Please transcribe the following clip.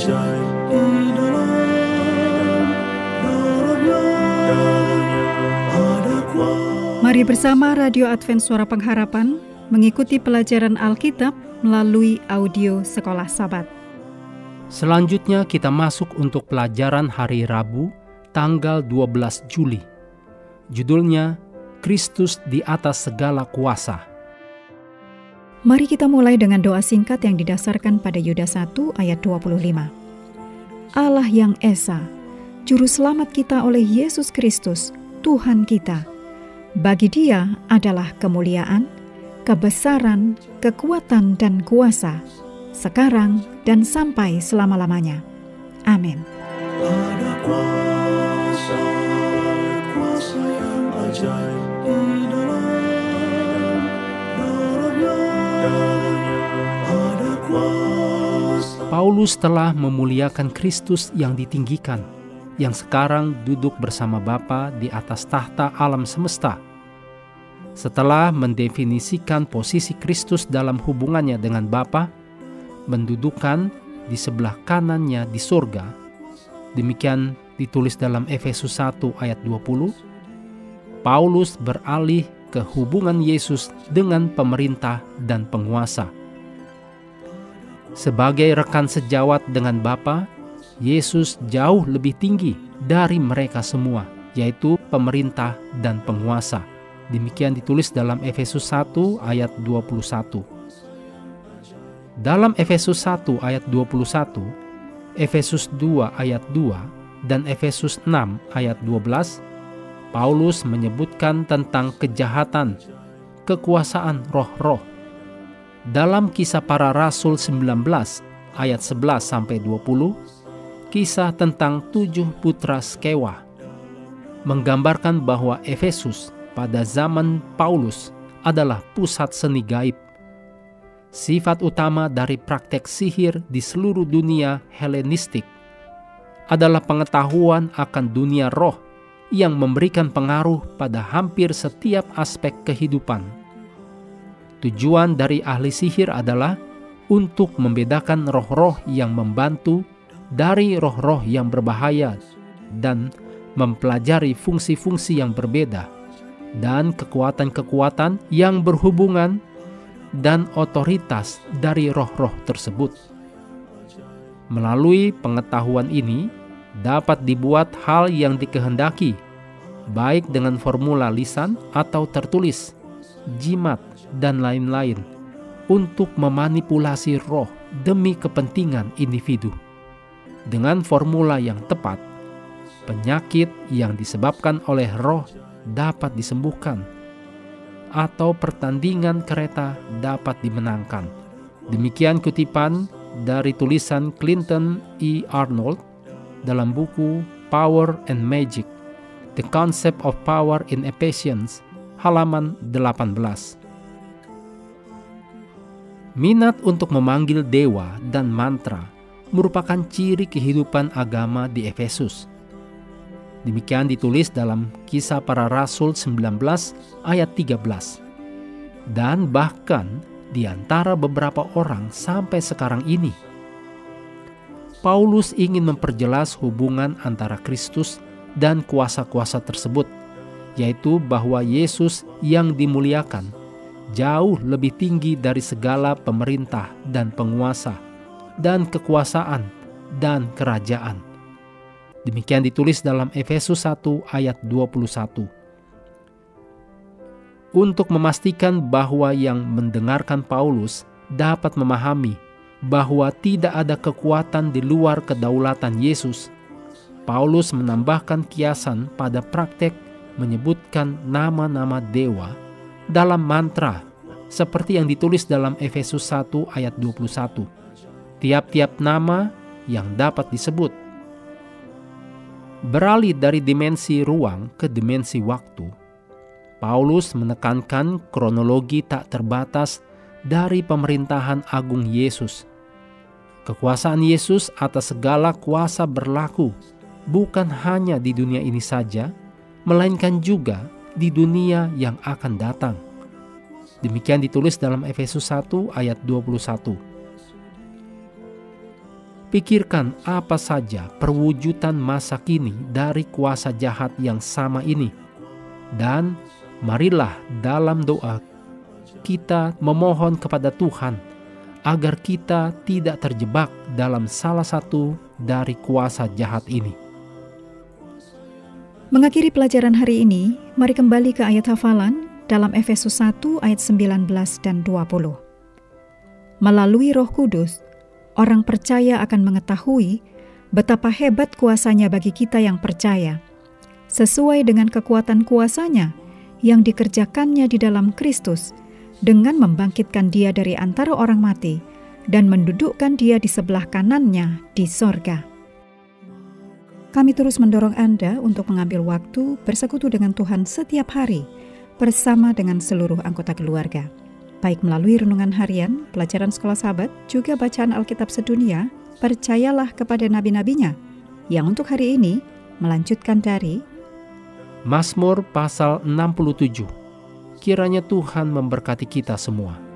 ajaib di dalamnya ada kuasa. Mari bersama Radio Advent Suara Pengharapan mengikuti pelajaran Alkitab melalui audio Sekolah Sabat. Selanjutnya kita masuk untuk pelajaran hari Rabu, tanggal 12 Juli. Judulnya, Kristus di atas segala kuasa. Mari kita mulai dengan doa singkat yang didasarkan pada Yudas 1 ayat 25. Allah yang Esa, Juru Selamat kita oleh Yesus Kristus, Tuhan kita. Bagi Dia adalah kemuliaan, kebesaran, kekuatan dan kuasa, sekarang dan sampai selama-lamanya. Amin. Ada kuasa yang ajaib di dalamnya ada kuasa. Paulus telah memuliakan Kristus yang ditinggikan, yang sekarang duduk bersama Bapa di atas tahta alam semesta. Setelah mendefinisikan posisi Kristus dalam hubungannya dengan Bapa, mendudukan di sebelah kanannya di surga, demikian ditulis dalam Efesus 1 ayat 20, Paulus beralih ke hubungan Yesus dengan pemerintah dan penguasa. Sebagai rekan sejawat dengan Bapa, Yesus jauh lebih tinggi dari mereka semua, yaitu pemerintah dan penguasa. Demikian ditulis dalam Efesus 1 ayat 21. Dalam Efesus 1 ayat 21, Efesus 2 ayat 2, dan Efesus 6 ayat 12, Paulus menyebutkan tentang kejahatan, kekuasaan roh-roh. Dalam Kisah Para Rasul 19 ayat 11-20, kisah tentang 7 putra Skewa menggambarkan bahwa Efesus pada zaman Paulus adalah pusat seni gaib. Sifat utama dari praktek sihir di seluruh dunia Helenistik adalah pengetahuan akan dunia roh yang memberikan pengaruh pada hampir setiap aspek kehidupan. Tujuan dari ahli sihir adalah untuk membedakan roh-roh yang membantu dari roh-roh yang berbahaya dan mempelajari fungsi-fungsi yang berbeda dan kekuatan-kekuatan yang berhubungan dan otoritas dari roh-roh tersebut. Melalui pengetahuan ini dapat dibuat hal yang dikehendaki, baik dengan formula lisan atau tertulis, jimat, dan lain-lain, untuk memanipulasi roh demi kepentingan individu. Dengan formula yang tepat, penyakit yang disebabkan oleh roh dapat disembuhkan, atau pertandingan kereta dapat dimenangkan. Demikian kutipan dari tulisan Clinton E. Arnold dalam buku Power and Magic, The Concept of Power in Ephesians, halaman 18. Minat untuk memanggil dewa dan mantra merupakan ciri kehidupan agama di Efesus. Demikian ditulis dalam Kisah Para Rasul 19 ayat 13. Dan bahkan di antara beberapa orang sampai sekarang ini. Paulus ingin memperjelas hubungan antara Kristus dan kuasa-kuasa tersebut, yaitu bahwa Yesus yang dimuliakan jauh lebih tinggi dari segala pemerintah dan penguasa dan kekuasaan dan kerajaan. Demikian ditulis dalam Efesus 1 ayat 21. Untuk memastikan bahwa yang mendengarkan Paulus dapat memahami bahwa tidak ada kekuatan di luar kedaulatan Yesus, Paulus menambahkan kiasan pada praktek menyebutkan nama-nama dewa dalam mantra seperti yang ditulis dalam Efesus 1 ayat 21. Tiap-tiap nama yang dapat disebut. Beralih dari dimensi ruang ke dimensi waktu, Paulus menekankan kronologi tak terbatas dari pemerintahan agung Yesus. Kekuasaan Yesus atas segala kuasa berlaku bukan hanya di dunia ini saja, melainkan juga di dunia yang akan datang. Demikian ditulis dalam Efesus 1 ayat 21. Pikirkan apa saja perwujudan masa kini dari kuasa jahat yang sama ini. Dan marilah dalam doa kita memohon kepada Tuhan agar kita tidak terjebak dalam salah satu dari kuasa jahat ini. Mengakhiri pelajaran hari ini, mari kembali ke ayat hafalan dalam Efesus 1 ayat 19 dan 20. Melalui Roh Kudus, orang percaya akan mengetahui betapa hebat kuasa-Nya bagi kita yang percaya, sesuai dengan kekuatan kuasa-Nya yang dikerjakannya di dalam Kristus, dengan membangkitkan Dia dari antara orang mati dan mendudukkan Dia di sebelah kanannya di sorga. Kami terus mendorong Anda untuk mengambil waktu bersekutu dengan Tuhan setiap hari bersama dengan seluruh anggota keluarga, baik melalui renungan harian, pelajaran sekolah sahabat, juga bacaan Alkitab sedunia, percayalah kepada nabi-nabinya, yang untuk hari ini melanjutkan dari Mazmur pasal 67. Kiranya Tuhan memberkati kita semua.